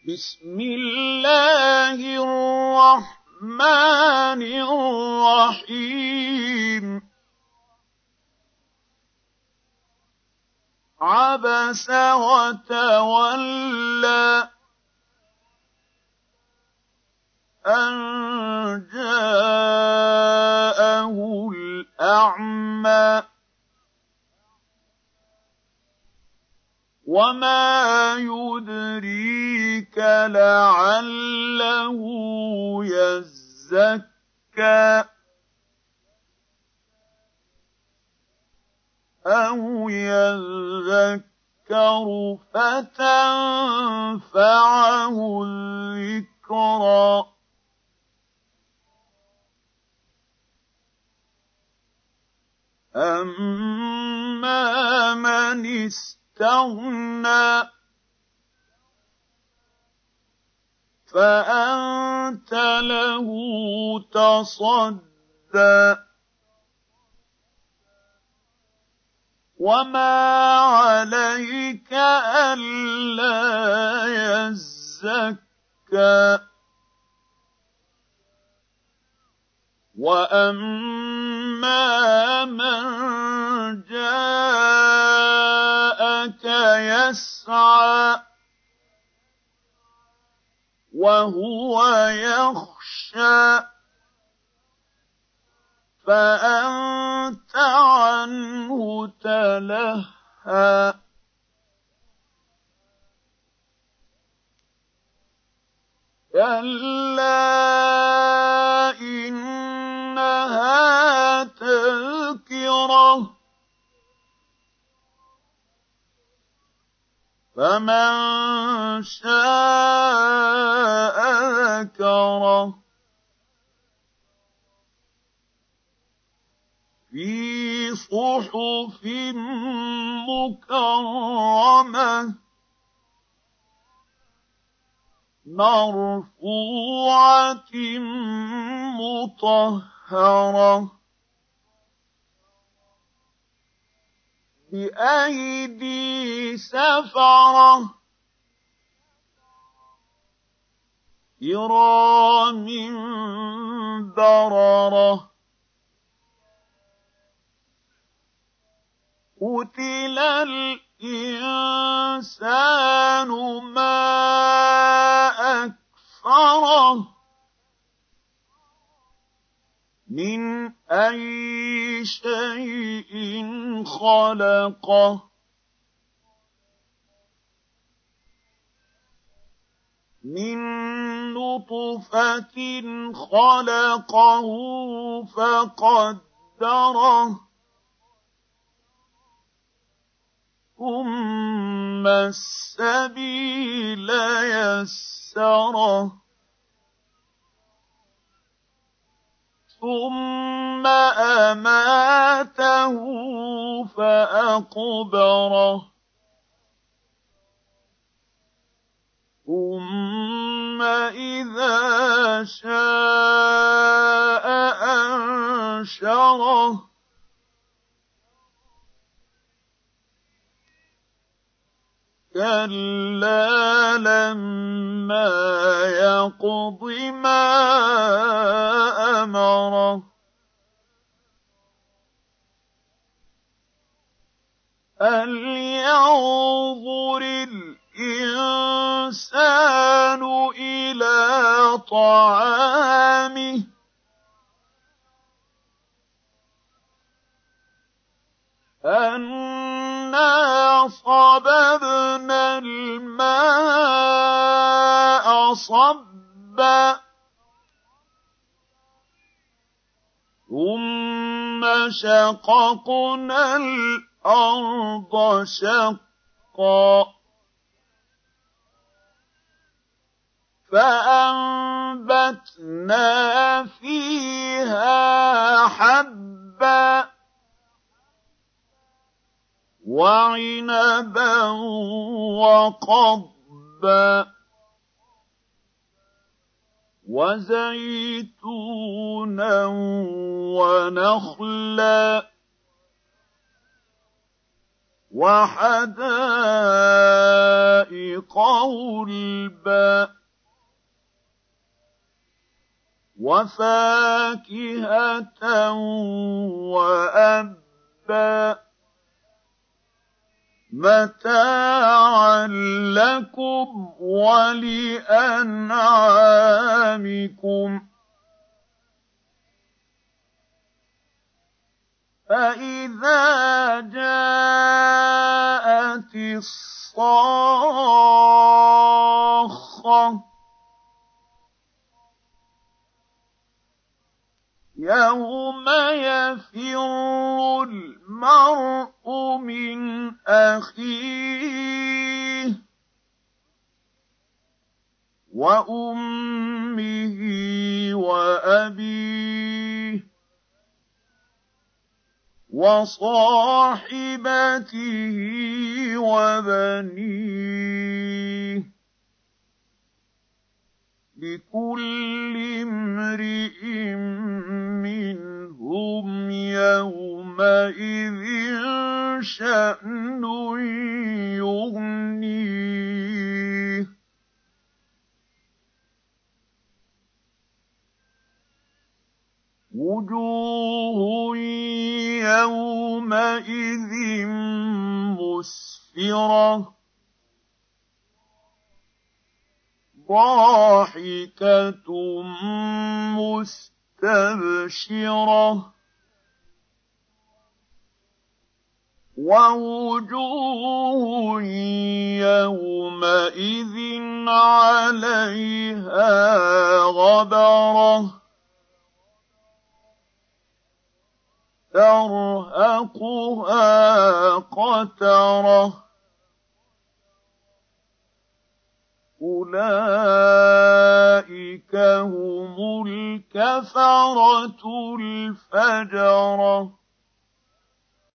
بسم الله الرحمن الرحيم عبس وتولى أن جاءه الأعمى وما يدريك لعله يزكى أو يذكر فتنفعه الذكرى أما من استغنى فأنت له تصدى وما عليك ألا يزكى وأما من جاءك يسعى وهو يخشى فأنت عنه تلهى كلا إنها تذكرة فمن شاء ذكره في صحف مكرمة مرفوعة مطهرة بأيدي سفرة كرام بررة قتل الإنسان ما أكفره من أي شيء خلقه من نطفة خلقه فقدره ثم السبيل يسره ثم أماته فأقبره ثم إذا شاء أنشره كلا لما يقض ما أمره فلينظر الإنسان إلى طعامه أنا صببنا الماء صبا ثم شققنا الأرض شقا فأنبتنا فيها حبا وعنبا وقضبا وزيتونا ونخلا وحدائق غلبا وفاكهة وأبا متاعا لكم ولأنعامكم فإذا جاءت الصاخة يوم يفر المرء من أخيه وأمه وأبيه وصاحبته وبنيه لكل امرئ منهم يومئذ شأن يغنيه وجوه يومئذ مسفرة ضاحكة مستبشرة ووجوه يومئذ عليها غبرة ترهقها قترة أولئك هم الكفرة الفجرة